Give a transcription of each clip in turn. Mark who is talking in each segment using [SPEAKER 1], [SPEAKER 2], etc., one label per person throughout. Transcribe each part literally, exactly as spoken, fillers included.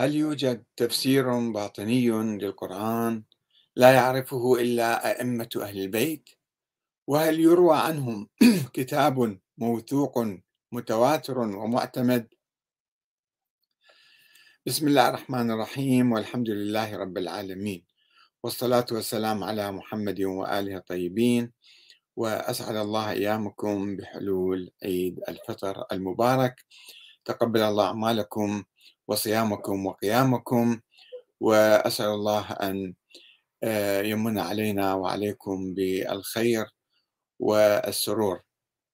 [SPEAKER 1] هل يوجد تفسير باطني للقرآن لا يعرفه إلا أئمة أهل البيت؟ وهل يروى عنهم كتاب موثوق متواتر ومعتمد؟ بسم الله الرحمن الرحيم، والحمد لله رب العالمين، والصلاة والسلام على محمد وآله الطيبين، وأسعد الله أيامكم بحلول عيد الفطر المبارك. تقبل الله أعمالكم وصيامكم وقيامكم، وأسأل الله أن آه، يمن علينا وعليكم بالخير والسرور.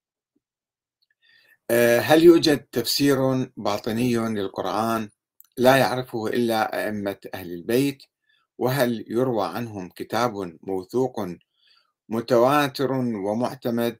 [SPEAKER 1] آه، هل يوجد تفسير باطني للقرآن لا يعرفه إلا أئمة أهل البيت؟ وهل يروى عنهم كتاب موثوق متواتر ومعتمد؟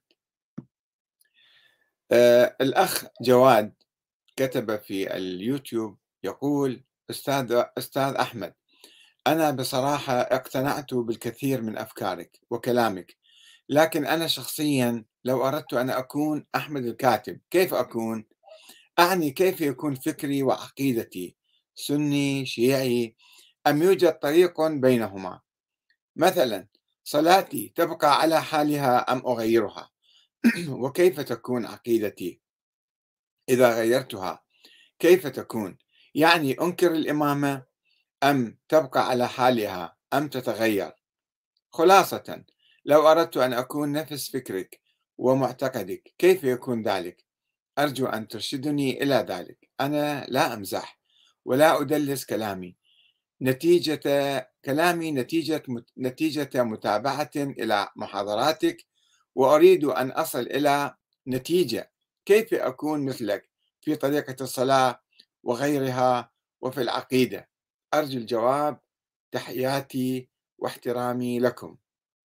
[SPEAKER 1] آه، الأخ جواد كتب في اليوتيوب يقول: أستاذ أستاذ أحمد، أنا بصراحة اقتنعت بالكثير من أفكارك وكلامك، لكن أنا شخصيا لو أردت أن أكون أحمد الكاتب كيف أكون؟ أعني كيف يكون فكري وعقيدتي؟ سني شيعي أم يوجد طريق بينهما؟ مثلا صلاتي تبقى على حالها أم أغيرها؟ وكيف تكون عقيدتي إذا غيرتها؟ كيف تكون؟ يعني أنكر الإمامة أم تبقى على حالها أم تتغير؟ خلاصة، لو أردت أن أكون نفس فكرك ومعتقدك كيف يكون ذلك؟ أرجو أن ترشدني إلى ذلك. أنا لا أمزح ولا أدلس كلامي، نتيجة كلامي نتيجة نتيجة متابعة إلى محاضراتك، وأريد أن أصل إلى نتيجة كيف أكون مثلك في طريقة الصلاة وغيرها وفي العقيدة. أرجو الجواب. تحياتي واحترامي لكم.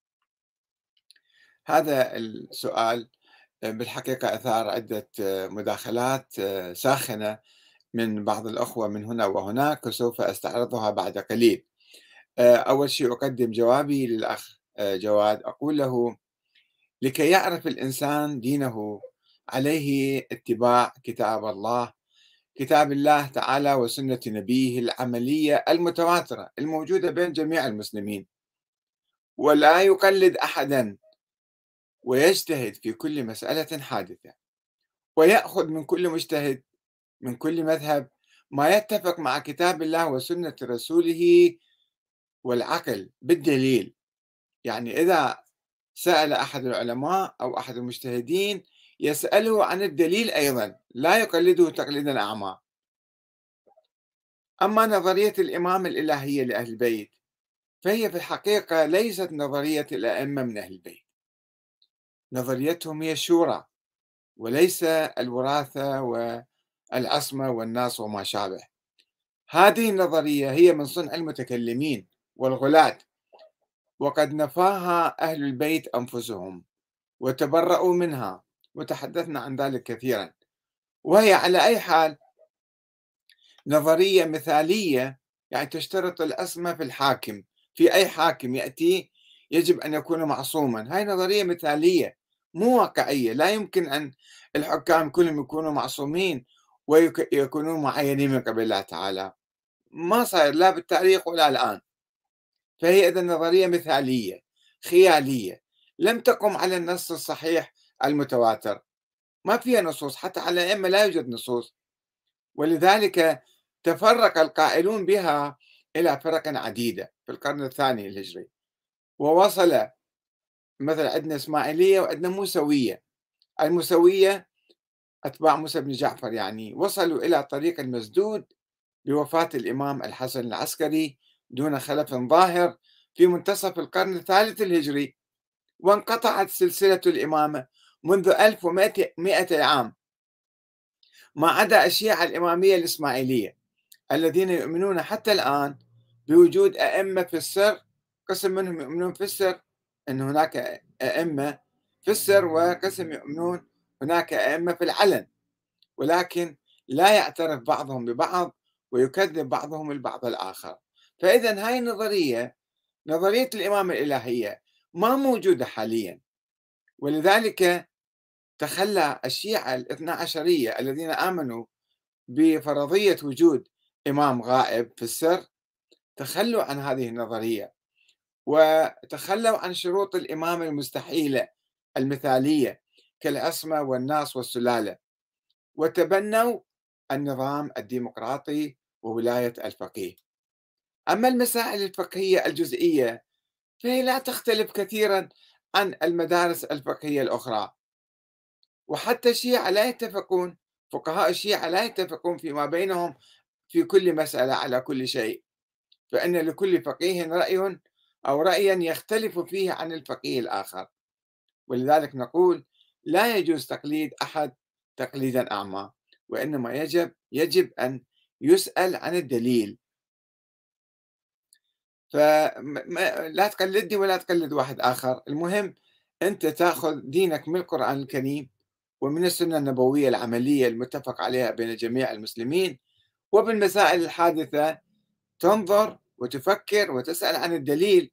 [SPEAKER 1] هذا السؤال بالحقيقة أثار عدة مداخلات ساخنة من بعض الأخوة من هنا وهناك، وسوف أستعرضها بعد قليل. أول شيء أقدم جوابي للأخ جواد، أقول له: لكي يعرف الإنسان دينه عليه اتباع كتاب الله كتاب الله تعالى وسنة نبيه العملية المتواترة الموجودة بين جميع المسلمين، ولا يقلد أحدا، ويجتهد في كل مسألة حادثة، ويأخذ من كل مجتهد من كل مذهب ما يتفق مع كتاب الله وسنة رسوله والعقل بالدليل. يعني إذا سأل أحد العلماء أو أحد المجتهدين يسأله عن الدليل أيضا، لا يقلده تقليدا أعمى. أما نظرية الإمامة الإلهية لأهل البيت فهي في الحقيقة ليست نظرية الأئمة من أهل البيت، نظريتهم هي الشورى وليس الوراثة والعصمة والناس وما شابه. هذه النظرية هي من صنع المتكلمين والغلاة، وقد نفاها أهل البيت أنفسهم وتبرؤوا منها، وتحدثنا عن ذلك كثيرا. وهي على أي حال نظرية مثالية، يعني تشترط العصمة في الحاكم، في أي حاكم يأتي يجب أن يكون معصوما. هاي نظرية مثالية مو واقعية. لا يمكن أن الحكام كلهم يكونوا معصومين ويكونون معينين من قبل الله تعالى، ما صاير لا بالتاريخ ولا الآن. فهي إذا نظرية مثالية خيالية لم تقم على النص الصحيح المتواتر، ما فيها نصوص، حتى على الأئمة لا يوجد نصوص، ولذلك تفرق القائلون بها إلى فرق عديدة في القرن الثاني الهجري، ووصل مثلا عندنا إسماعيلية وعندنا موسوية. الموسوية أتباع موسى بن جعفر، يعني وصلوا إلى طريق المسدود بوفاة الإمام الحسن العسكري دون خلف ظاهر في منتصف القرن الثالث الهجري، وانقطعت سلسلة الإمامة منذ ألف ومئتي عام، ما عدا الشيعة الإمامية الإسماعيلية الذين يؤمنون حتى الآن بوجود أئمة في السر. قسم منهم يؤمنون في السر أن هناك أئمة في السر، وقسم يؤمنون هناك أئمة في العلن، ولكن لا يعترف بعضهم ببعض ويكذب بعضهم البعض الآخر. فإذا هاي النظرية، نظرية الإمامة الإلهية، ما موجودة حاليا. ولذلك تخلى الشيعة الاثنا عشرية الذين آمنوا بفرضية وجود إمام غائب في السر، تخلوا عن هذه النظرية، وتخلوا عن شروط الإمامة المستحيلة المثالية كالعصمة والناس والسلالة، وتبنوا النظام الديمقراطي وولاية الفقيه. أما المسائل الفقهية الجزئية فهي لا تختلف كثيرا عن المدارس الفقهية الأخرى، وحتى الشيعة لا يتفقون، فقهاء الشيعة لا يتفقون فيما بينهم في كل مسألة على كل شيء، فإن لكل فقيه رأي أو رأيا يختلف فيه عن الفقيه الآخر، ولذلك نقول لا يجوز تقليد أحد تقليدا أعمى، وإنما يجب يجب أن يسأل عن الدليل. فلا تقلدني ولا تقلد واحد آخر، المهم أنت تأخذ دينك من القرآن الكريم ومن السنة النبوية العملية المتفق عليها بين جميع المسلمين، وبالمسائل الحادثة تنظر وتفكر وتسأل عن الدليل.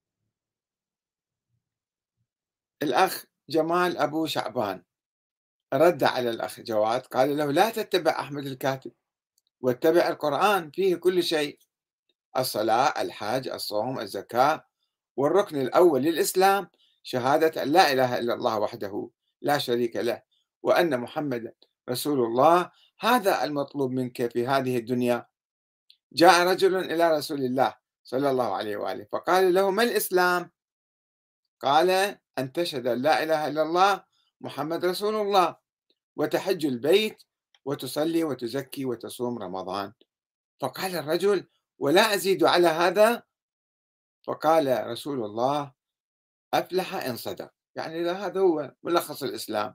[SPEAKER 1] الأخ جمال أبو شعبان رد على الأخ جواد، قال له: لا تتبع أحمد الكاتب، واتبع القرآن فيه كل شيء، الصلاة، الحج، الصوم، الزكاة، والركن الأول للإسلام شهادة أن لا إله إلا الله وحده لا شريك له، وأن محمدا رسول الله. هذا المطلوب منك في هذه الدنيا. جاء رجل إلى رسول الله صلى الله عليه وآله فقال له: ما الإسلام؟ قال: أن تشهد أن لا إله إلا الله محمد رسول الله، وتحج البيت، وتصلي وتزكي وتصوم رمضان. فقال الرجل: ولا أزيد على هذا؟ فقال رسول الله: أفلح إن صدق. يعني هذا هو ملخص الإسلام.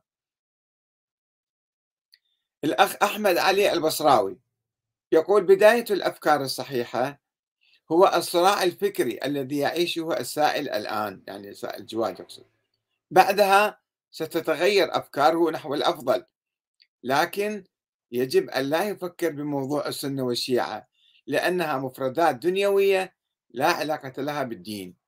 [SPEAKER 1] الأخ أحمد علي البصراوي يقول: بداية الأفكار الصحيحة هو الصراع الفكري الذي يعيشه السائل الآن، يعني سائل الجواد يقصد، بعدها ستتغير أفكاره نحو الأفضل، لكن يجب أن لا يفكر بموضوع السنة والشيعة لأنها مفردات دنيوية لا علاقة لها بالدين.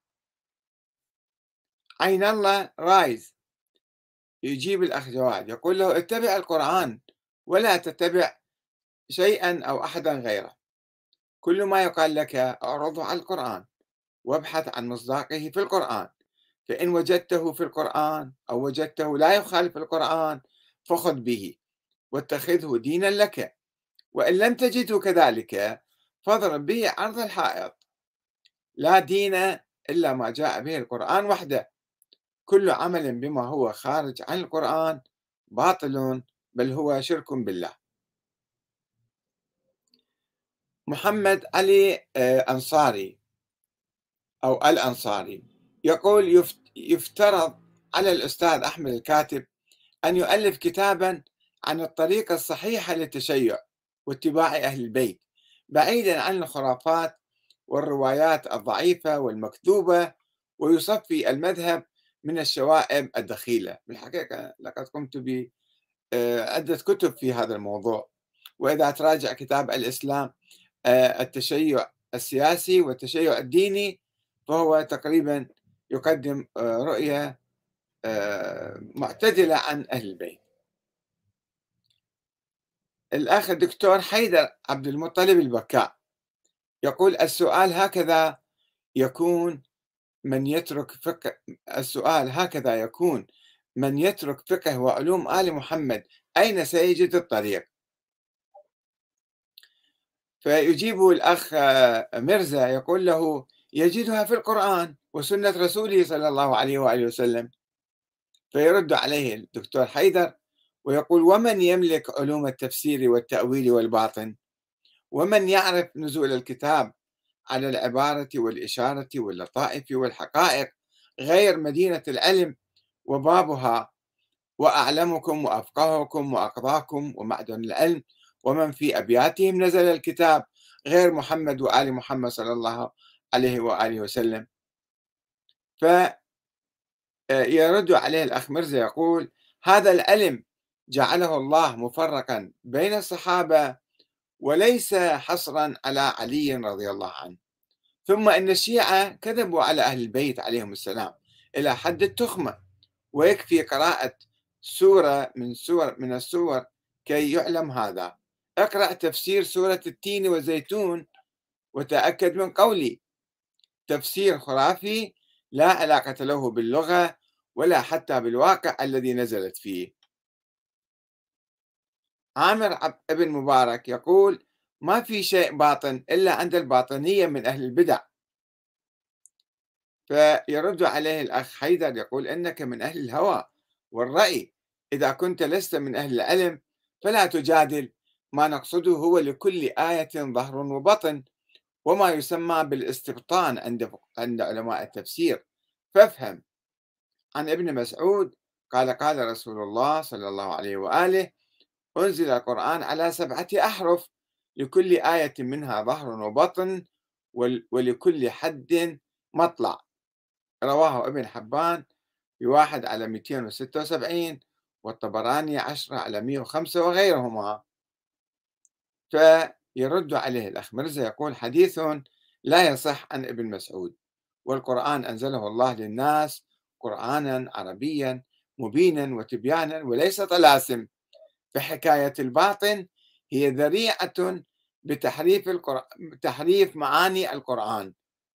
[SPEAKER 1] عين الله رايز يجيب الأخ جواد يقول له: اتبع القرآن ولا تتبع شيئا أو أحدا غيره، كل ما يقال لك أعرضه على القرآن وابحث عن مصداقه في القرآن، فإن وجدته في القرآن أو وجدته لا يخالف القرآن فخذ به واتخذه دينا لك، وإن لم تجده كذلك فاضرب به عرض الحائط. لا دين إلا ما جاء به القرآن وحده، كل عمل بما هو خارج عن القرآن باطل، بل هو شرك بالله. محمد علي آه، أنصاري أو الأنصاري يقول: يفترض على الأستاذ أحمد الكاتب أن يؤلف كتابا عن الطريقة الصحيحة للتشيع واتباع أهل البيت، بعيدا عن الخرافات والروايات الضعيفة والمكذوبة، ويصفي المذهب من الشوائب الدخيلة. بالحقيقة لقد قمت بعدة كتب في هذا الموضوع، وإذا تراجع كتاب الإسلام آه، التشيع السياسي والتشيع الديني فهو تقريبا يقدم آه، رؤية آه، معتدلة عن أهل البيت. الأخ الدكتور حيدر عبد المطلب البكاء يقول: السؤال هكذا يكون من يترك فقه السؤال هكذا يكون من يترك فقه وعلوم آل محمد أين سيجد الطريق؟ فيجيب الأخ مرزا يقول له: يجدها في القرآن وسنة رسوله صلى الله عليه وآله وسلم. فيرد عليه الدكتور حيدر ويقول: ومن يملك علوم التفسير والتأويل والباطن؟ ومن يعرف نزول الكتاب على العبارة والإشارة واللطائف والحقائق غير مدينة العلم وبابها، وأعلمكم وأفقهكم وأقضاكم ومعدن العلم، ومن في أبياتهم نزل الكتاب غير محمد وآل محمد صلى الله عليه وآله وسلم. فيرد عليه الأخ مرزا يقول: هذا العلم جعله الله مفرقا بين الصحابة وليس حصرا على علي رضي الله عنه، ثم إن الشيعة كذبوا على أهل البيت عليهم السلام إلى حد التخمة، ويكفي قراءة سورة من سور من السور كي يعلم هذا. اقرأ تفسير سورة التين والزيتون وتأكد من قولي، تفسير خرافي لا علاقة له باللغة ولا حتى بالواقع الذي نزلت فيه. عامر ابن مبارك يقول: ما في شيء باطن إلا عند الباطنية من أهل البدع. فيرد عليه الأخ حيدر يقول: إنك من أهل الهوى والرأي، إذا كنت لست من أهل العلم فلا تجادل، ما نقصده هو لكل آية ظهر وبطن، وما يسمى بالاستبطان عند عند علماء التفسير، فافهم. عن ابن مسعود قال: قال رسول الله صلى الله عليه وآله: أنزل القرآن على سبعة أحرف، لكل آية منها ظهر وبطن، ولكل حد مطلع. رواه ابن حبان بواحد على مئتين وستة وسبعين، والطبراني عشرة على مئة وخمسة وغيرهما. فيرد عليه الأخ مرزا يقول: حديث لا يصح عن ابن مسعود، والقرآن أنزله الله للناس قرآنا عربيا مبينا وتبيانا وليس طلاسم، فحكاية الباطن هي ذريعة بتحريف القرآن، تحريف معاني القرآن.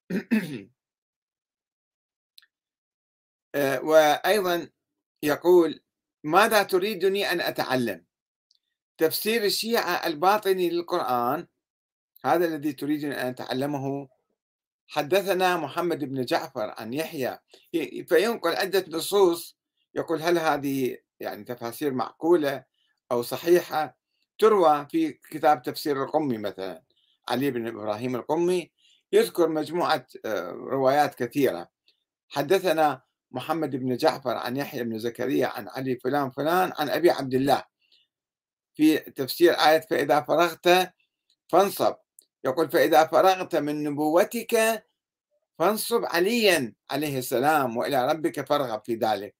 [SPEAKER 1] وأيضا يقول: ماذا تريدني أن أتعلم؟ تفسير الشيعة الباطني للقرآن، هذا الذي تريدني أن أتعلمه. حدثنا محمد بن جعفر عن يحيى، فينقل عدة نصوص، يقول: هل هذه يعني تفاسير معقولة أو صحيحة؟ تروى في كتاب تفسير القمي مثلا، علي بن إبراهيم القمي يذكر مجموعة روايات كثيرة. حدثنا محمد بن جعفر عن يحيى بن زكريا عن علي فلان فلان عن أبي عبد الله في تفسير آية فإذا فرغت فانصب، يقول: فإذا فرغت من نبوتك فانصب عليا عليه السلام وإلى ربك فارغب في ذلك.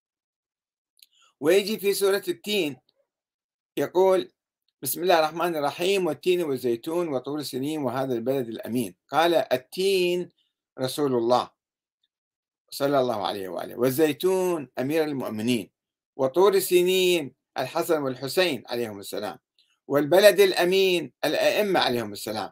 [SPEAKER 1] ويجي في سورة التين يقول: بسم الله الرحمن الرحيم: والتين والزيتون وطور سنين وهذا البلد الأمين. قال: التين رسول الله صلى الله عليه وآله، والزيتون أمير المؤمنين، وطور سنين الحسن والحسين عليهم السلام، والبلد الأمين الأئمة عليهم السلام.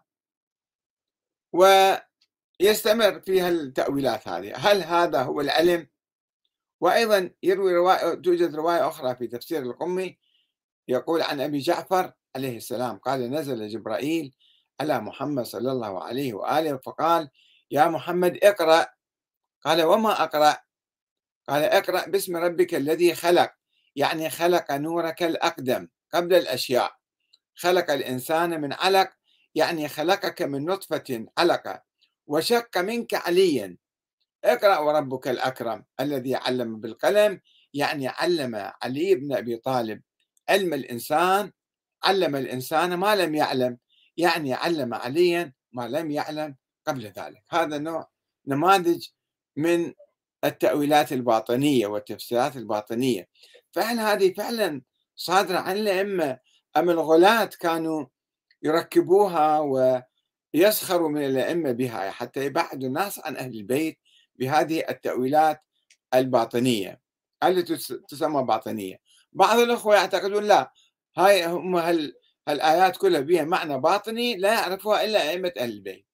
[SPEAKER 1] ويستمر فيها التأويلات هذه. هل هذا هو العلم؟ وأيضا يروي رواية، توجد رواية أخرى في تفسير القمي يقول عن أبي جعفر عليه السلام قال: نزل جبرائيل على محمد صلى الله عليه وآله فقال: يا محمد اقرأ. قال: وما أقرأ؟ قال: اقرأ باسم ربك الذي خلق، يعني خلق نورك الأقدم قبل الأشياء، خلق الإنسان من علق، يعني خلقك من نطفة علقة، وشق منك عليا. اقرأ وربك الأكرم الذي علم بالقلم، يعني علم علي بن أبي طالب علم الإنسان، علم الإنسان ما لم يعلم، يعني علم عليا ما لم يعلم قبل ذلك. هذا نوع نماذج من التأويلات الباطنية والتفسيرات الباطنية. فهل هذه فعلا صادرة عن الأئمة أم الغلاة كانوا يركبوها ويسخروا من الأئمة بها حتى يبعدوا الناس عن أهل البيت بهذه التأويلات الباطنية التي تسمى باطنية؟ بعض الأخوة يعتقدون لا، هاي هم هال هالآيات كلها بها معنى باطني لا يعرفها إلا أئمة أهل البيت.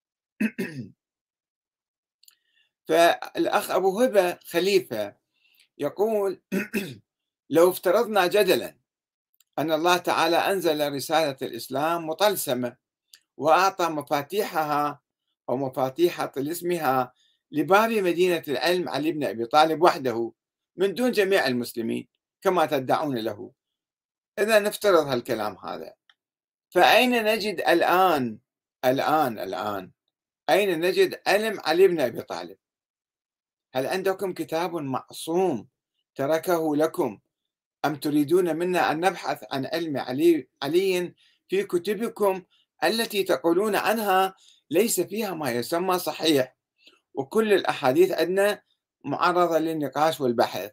[SPEAKER 1] فالأخ أبو هبة خليفة يقول: لو افترضنا جدلا أن الله تعالى أنزل رسالة الإسلام مطلسمة وأعطى مفاتيحها أو مفاتيح طلسمها لباب مدينة العلم علي بن أبي طالب وحده من دون جميع المسلمين كما تدعون له، إذا نفترض هالكلام هذا، فأين نجد الآن الآن الآن أين نجد علم علي بن أبي طالب؟ هل عندكم كتاب معصوم تركه لكم، أم تريدون منا أن نبحث عن علم علي, علي في كتبكم التي تقولون عنها ليس فيها ما يسمى صحيح، وكل الأحاديث عندنا معرضة للنقاش والبحث؟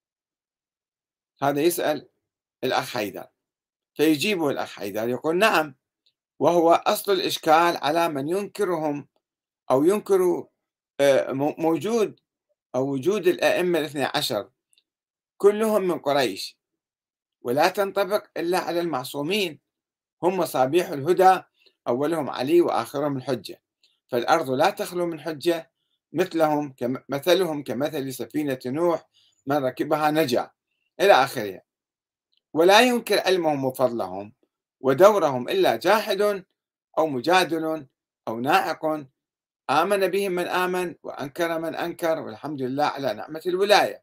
[SPEAKER 1] هذا يسأل الأخ حيدر، فيجيبه الأخ حيدر يقول: نعم، وهو أصل الإشكال على من ينكرهم أو ينكر موجود أو وجود الأئمة الاثنى عشر كلهم من قريش، ولا تنطبق إلا على المعصومين هم مصابيح الهدى، أولهم علي وآخرهم الحجة، فالأرض لا تخلو من حجة، مثلهم كم مثلهم كمثل سفينة نوح، من ركبها نجا، إلى آخره. ولا ينكر علمهم وفضلهم ودورهم إلا جاحد أو مجادل أو ناعق، آمن بهم من آمن وأنكر من أنكر، والحمد لله على نعمة الولاية.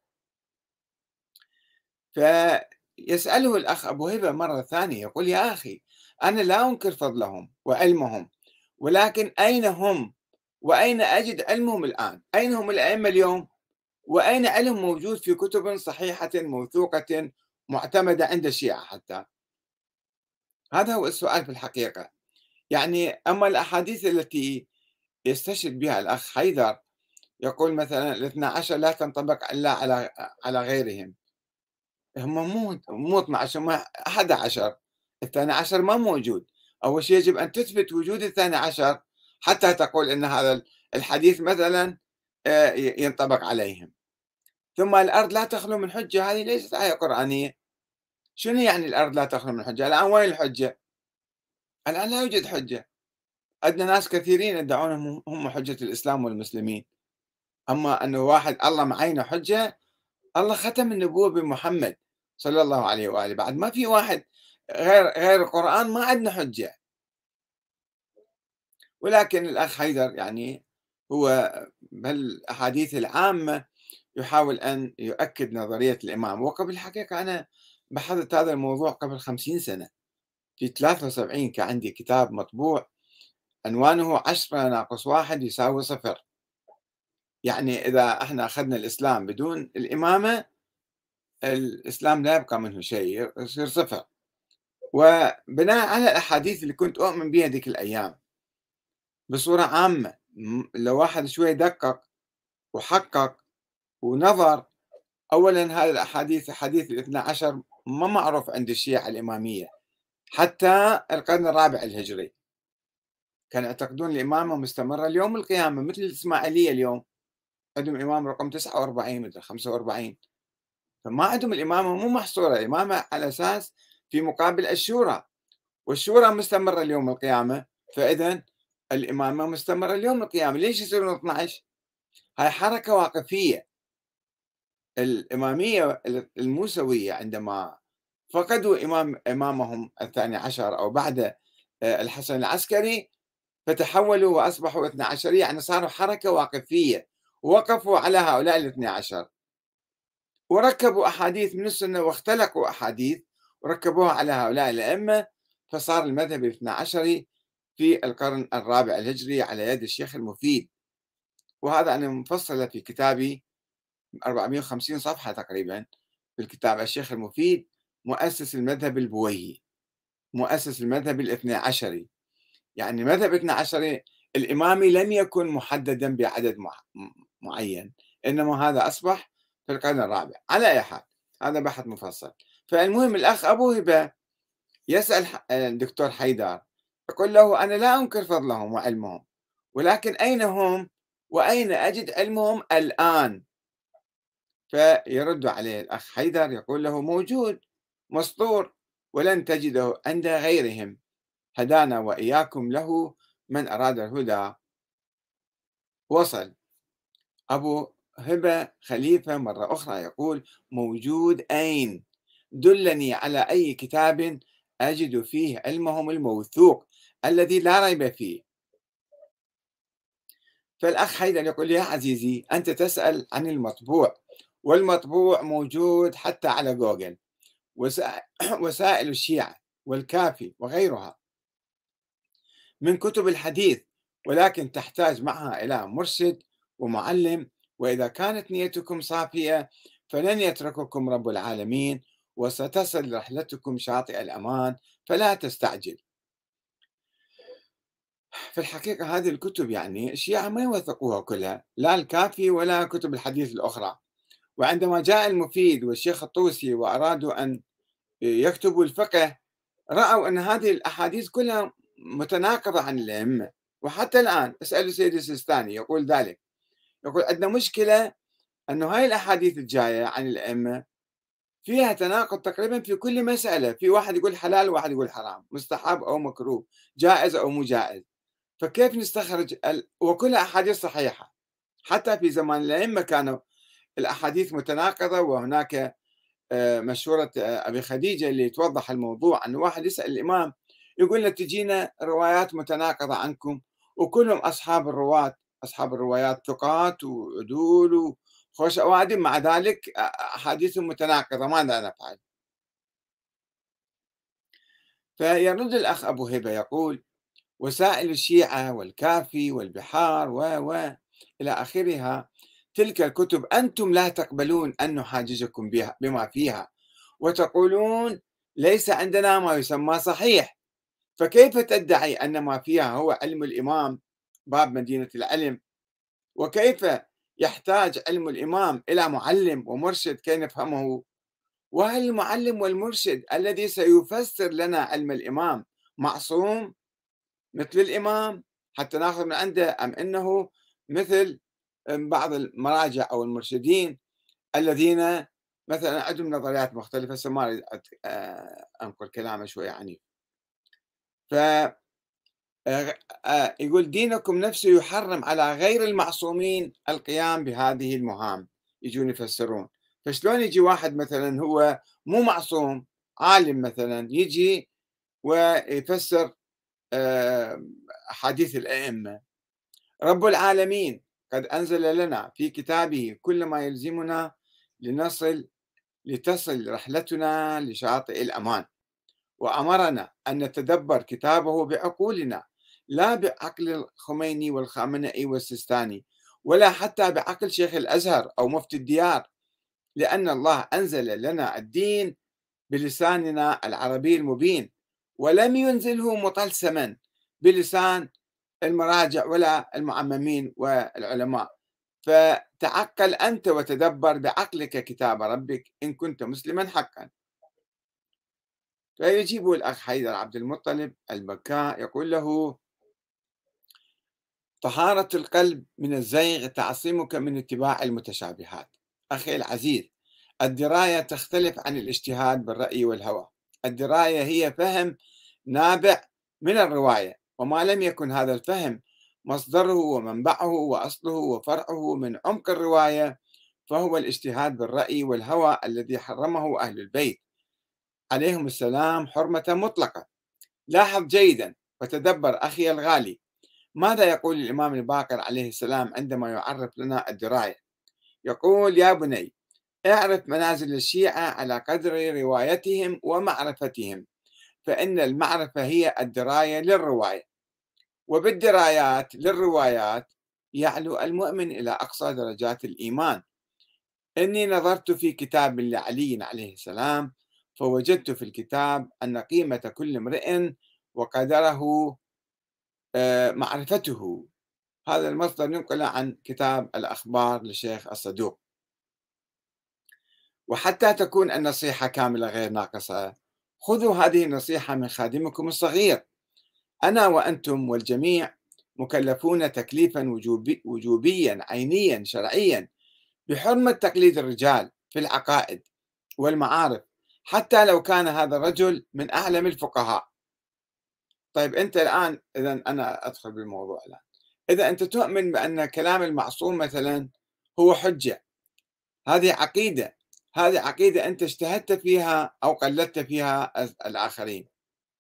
[SPEAKER 1] فيسأله الأخ أبو هبة مرة ثانية يقول: يا أخي، أنا لا أنكر فضلهم وعلمهم، ولكن أين هم؟ وأين أجد علمهم الآن؟ أين هم الأئمة اليوم؟ وأين علم موجود في كتب صحيحة موثوقة معتمدة عند الشيعة حتى؟ هذا هو السؤال في الحقيقة. يعني أما الأحاديث التي يستشهد بها الأخ حيدر، يقول مثلا الاثنى عشر لا تنطبق إلا على على غيرهم. هم مو مو اثني عشر، هم أحد عشر، الثاني عشر ما موجود. أول شيء يجب أن تثبت وجود الثاني عشر حتى تقول أن هذا الحديث مثلا آه، ينطبق عليهم. ثم الأرض لا تخلو من حجة، هذه ليست آية قرآنية. شنو يعني الأرض لا تخلو من حجة؟ الآن وين الحجة؟ الآن لا يوجد حجة. عندنا ناس كثيرين يدعون هم هم حجة الإسلام والمسلمين. أما أنه واحد الله معينه حجة، الله ختم النبوة بمحمد صلى الله عليه وآله، بعد ما في واحد غير غير القرآن ما عندنا حجة. ولكن الأخ حيدر يعني هو بالأحاديث العامة يحاول أن يؤكد نظرية الإمام. وقبل الحقيقة أنا بحثت هذا الموضوع قبل خمسين سنة، في ثلاثة وسبعين كان عندي كتاب مطبوع عنوانه عشرة ناقص واحد يساوي صفر. يعني إذا احنا أخذنا الإسلام بدون الإمامة، الإسلام لا يبقى منه شيء، يصير صفر. وبناء على الأحاديث اللي كنت أؤمن بها ذيك الأيام بصورة عامة، م- لو واحد شوي دقق وحقق ونظر، أولا هذه الأحاديث، حديث الاثنى عشر ما معروف عند الشيعة الإمامية حتى القرن الرابع الهجري. كانوا يعتقدون الإمامة مستمرة اليوم القيامة، مثل الإسماعيلية اليوم عندهم إمام رقم تسعة وأربعين مثل خمسة وأربعين. فما عندهم الإمامة مو محصورة، الإمامة على أساس في مقابل الشورى، والشورى مستمرة اليوم القيامة، فإذا الإمامة مستمرة اليوم القيامة. ليش يصيرون اثني عشر؟ هاي حركة واقفية. الإمامية الموسوية عندما فقدوا إمام إمامهم الثاني عشر أو بعد آه، الحسن العسكري، فتحولوا وأصبحوا اثني عشر، يعني صاروا حركة واقفية، وقفوا على هؤلاء الاثني عشر، وركبوا أحاديث من السنة واختلقوا أحاديث وركبوها على هؤلاء الأئمة، فصار المذهب الاثنى عشري في القرن الرابع الهجري على يد الشيخ المفيد. وهذا أنا مفصلة في كتابي أربعمئة وخمسين صفحة تقريبا في الكتاب. الشيخ المفيد مؤسس المذهب البويهي، مؤسس المذهب الاثنى عشري. يعني المذهب الاثنى عشري الإمامي لم يكن محددا بعدد مع- معين، إنما هذا أصبح في القرن الرابع. على أي حال هذا بحث مفصل. فالمهم الأخ أبو هبة يسأل ح- الدكتور حيدر، يقول له: أنا لا أنكر فضلهم وعلمهم، ولكن أين هم وأين أجد علمهم الآن؟ فيرد عليه الأخ حيدر يقول له: موجود مسطور، ولن تجده عند غيرهم، هدانا وإياكم له من أراد الهدى. وصل أبو هبة خليفة مرة أخرى يقول: موجود أين؟ دلني على أي كتاب أجد فيه علمهم الموثوق الذي لا ريب فيه. فالأخ حيدر يقول: يا عزيزي، أنت تسأل عن المطبوع، والمطبوع موجود حتى على جوجل، وسائل وسائل الشيعة والكافي وغيرها من كتب الحديث، ولكن تحتاج معها إلى مرشد ومعلم. وإذا كانت نيتكم صافية فلن يترككم رب العالمين، وستصل رحلتكم شاطئ الأمان، فلا تستعجل. في الحقيقة هذه الكتب يعني الشيعة ما يوثقوها كلها، لا الكافي ولا كتب الحديث الأخرى. وعندما جاء المفيد والشيخ الطوسي وأرادوا أن يكتبوا الفقه، رأوا أن هذه الأحاديث كلها متناقضة عن الأئمة. وحتى الآن اسألوا سيد السيستاني يقول ذلك، يقول: عندنا مشكلة أنه هاي الأحاديث الجاية عن الأئمة فيها تناقض تقريبًا في كل مسألة، في واحد يقول حلال وواحد يقول حرام، مستحب أو مكروه، جائز أو مو جائز، فكيف نستخرج ال وكلها أحاديث صحيحة، حتى في زمان الأئمة كانوا الأحاديث متناقضة، وهناك آآ مشهورة آه، أبي خديجة اللي توضح الموضوع، إنه واحد يسأل الإمام يقول له: تجينا روايات متناقضة عنكم وكلهم أصحاب الرواة، أصحاب الروايات ثقات وعدول وخوش أوادم، مع ذلك أ أحاديثهم متناقضة، ماذا نفعل؟ فيرد الأخ أبو هبة يقول: وسائل الشيعة والكافي والبحار و و إلى آخرها، تلك الكتب أنتم لا تقبلون أن نحاججكم بها بما فيها، وتقولون ليس عندنا ما يسمى صحيح، فكيف تدعي أن ما فيها هو علم الإمام باب مدينة العلم؟ وكيف يحتاج علم الإمام إلى معلم ومرشد كي نفهمه؟ وهل المعلم والمرشد الذي سيفسر لنا علم الإمام معصوم مثل الإمام حتى ناخذ من عنده، أم أنه مثل بعض المراجع أو المرشدين الذين مثلا عندهم نظريات مختلفة؟ هسه ما أريد أت- آه، أنقل كلامه شوي عنيف. ف آه، آه، يقول: دينكم نفسه يحرم على غير المعصومين القيام بهذه المهام. يجون يفسرون، فشلون يجي واحد مثلا هو مو معصوم، عالم مثلا، يجي ويفسر آه، أحاديث الأئمة؟ رب العالمين قد أنزل لنا في كتابه كل ما يلزمنا لنصل لتصل رحلتنا لشاطئ الأمان، وأمرنا أن نتدبر كتابه بعقولنا، لا بعقل الخميني والخامنئي والسيستاني، ولا حتى بعقل شيخ الأزهر أو مفتي الديار، لأن الله أنزل لنا الدين بلساننا العربي المبين، ولم ينزله مطلسما بلسان المراجع ولا المعممين والعلماء. فتعقل أنت وتدبر بعقلك كتاب ربك إن كنت مسلما حقا. فيجيب الأخ حيدر عبد المطلب البكاء يقول له: طهارة القلب من الزيغ تعصمك من اتباع المتشابهات. أخي العزيز، الدراية تختلف عن الاجتهاد بالرأي والهوى. الدراية هي فهم نابع من الرواية، وما لم يكن هذا الفهم مصدره ومنبعه وأصله وفرعه من عمق الرواية، فهو الاجتهاد بالرأي والهوى الذي حرمه أهل البيت عليهم السلام حرمة مطلقة. لاحظ جيدا وتدبر أخي الغالي ماذا يقول الإمام الباقر عليه السلام عندما يعرف لنا الدراية. يقول: يا بني، اعرف منازل الشيعة على قدر روايتهم ومعرفتهم، فإن المعرفة هي الدراية للرواية، وبالدرايات للروايات يعلو المؤمن إلى أقصى درجات الإيمان. إني نظرت في كتاب لعلي عليه السلام، فوجدت في الكتاب أن قيمة كل امرئ وقدره آه، معرفته. هذا المصدر ينقل عن كتاب الأخبار للشيخ الصدوق. وحتى تكون النصيحة كاملة غير ناقصة، خذوا هذه النصيحة من خادمكم الصغير. أنا وأنتم والجميع مكلفون تكليفا وجوبي وجوبيا عينيا شرعيا بحرمة تقليد الرجال في العقائد والمعارف، حتى لو كان هذا الرجل من أعلم الفقهاء. طيب أنت الآن، إذا أنا أدخل بالموضوع الآن، إذا أنت تؤمن بأن كلام المعصوم مثلا هو حجة، هذه عقيدة، هذه عقيدة أنت اجتهدت فيها أو قلدت فيها الآخرين.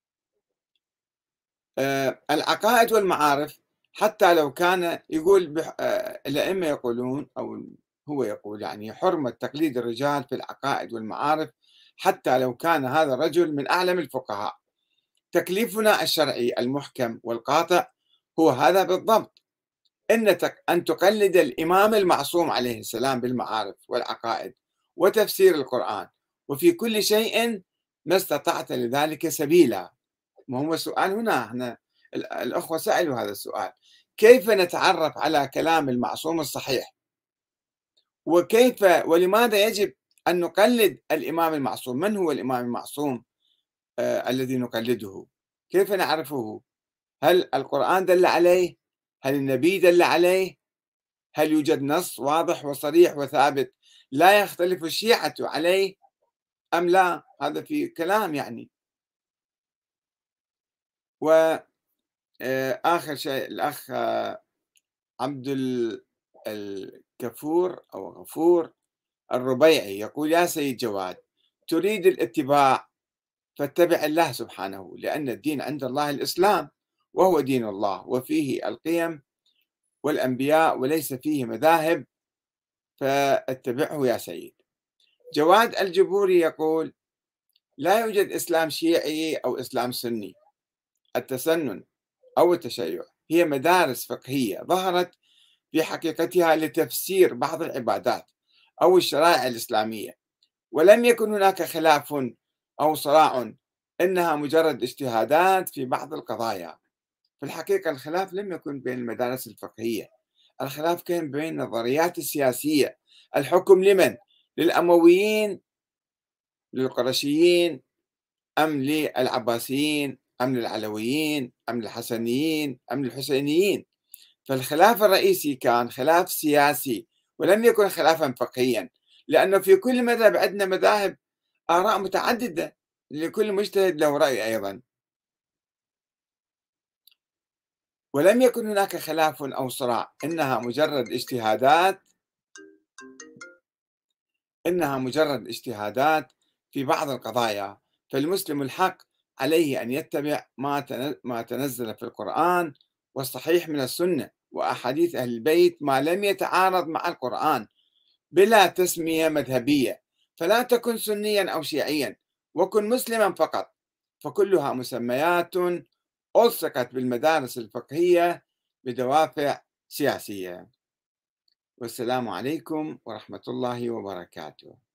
[SPEAKER 1] آه، العقائد والمعارف حتى لو كان يقول بح... آه، الأئمة يقولون، أو هو يقول يعني حرمة تقليد الرجال في العقائد والمعارف حتى لو كان هذا الرجل من أعلم الفقهاء. تكليفنا الشرعي المحكم والقاطع هو هذا بالضبط، إن تك- أن تقلد الإمام المعصوم عليه السلام بالمعارف والعقائد وتفسير القرآن، وفي كل شيء ما استطعت لذلك سبيلا. ما هو السؤال هنا، احنا ال- الأخوة سألوا هذا السؤال: كيف نتعرف على كلام المعصوم الصحيح؟ وكيف ولماذا يجب أن نقلد الإمام المعصوم؟ من هو الإمام المعصوم آه الذي نقلده؟ كيف نعرفه؟ هل القرآن دل عليه؟ هل النبي دل عليه؟ هل يوجد نص واضح وصريح وثابت لا يختلف الشيعة عليه؟ أم لا؟ هذا في كلام يعني. وآخر شيء الأخ عبد ال- الكفور أو غفور الربيعي يقول: يا سيد جواد، تريد الاتباع فاتبع الله سبحانه، لأن الدين عند الله الإسلام، وهو دين الله، وفيه القيم والأنبياء، وليس فيه مذاهب، فاتبعه يا سيد. جواد الجبوري يقول: لا يوجد إسلام شيعي أو إسلام سني. التسنن أو التشيع هي مدارس فقهية ظهرت في حقيقتها لتفسير بعض العبادات أو الشرائع الإسلامية، ولم يكن هناك خلاف أو صراع، إنها مجرد اجتهادات في بعض القضايا. في الحقيقة الخلاف لم يكن بين المدارس الفقهية، الخلاف كان بين النظريات السياسية. الحكم لمن؟ للأمويين، للقرشيين، أم للعباسيين، أم للعلويين، أم للحسنيين، أم للحسينيين؟ فالخلاف الرئيسي كان خلاف سياسي، ولم يكن خلافا فقهيا، لأنه في كل مذهب عندنا مذاهب، آراء متعددة، لكل مجتهد له رأي أيضا. ولم يكن هناك خلاف أو صراع، إنها مجرد اجتهادات إنها مجرد اجتهادات في بعض القضايا. فالمسلم الحق عليه أن يتبع ما تن- ما تنزل في القرآن والصحيح من السنة وأحاديث أهل البيت، ما لم يتعارض مع القرآن، بلا تسمية مذهبية. فلا تكن سنيا أو شيعيا، وكن مسلما فقط، فكلها مسميات ألصقت بالمدارس الفقهية بدوافع سياسية. والسلام عليكم ورحمة الله وبركاته.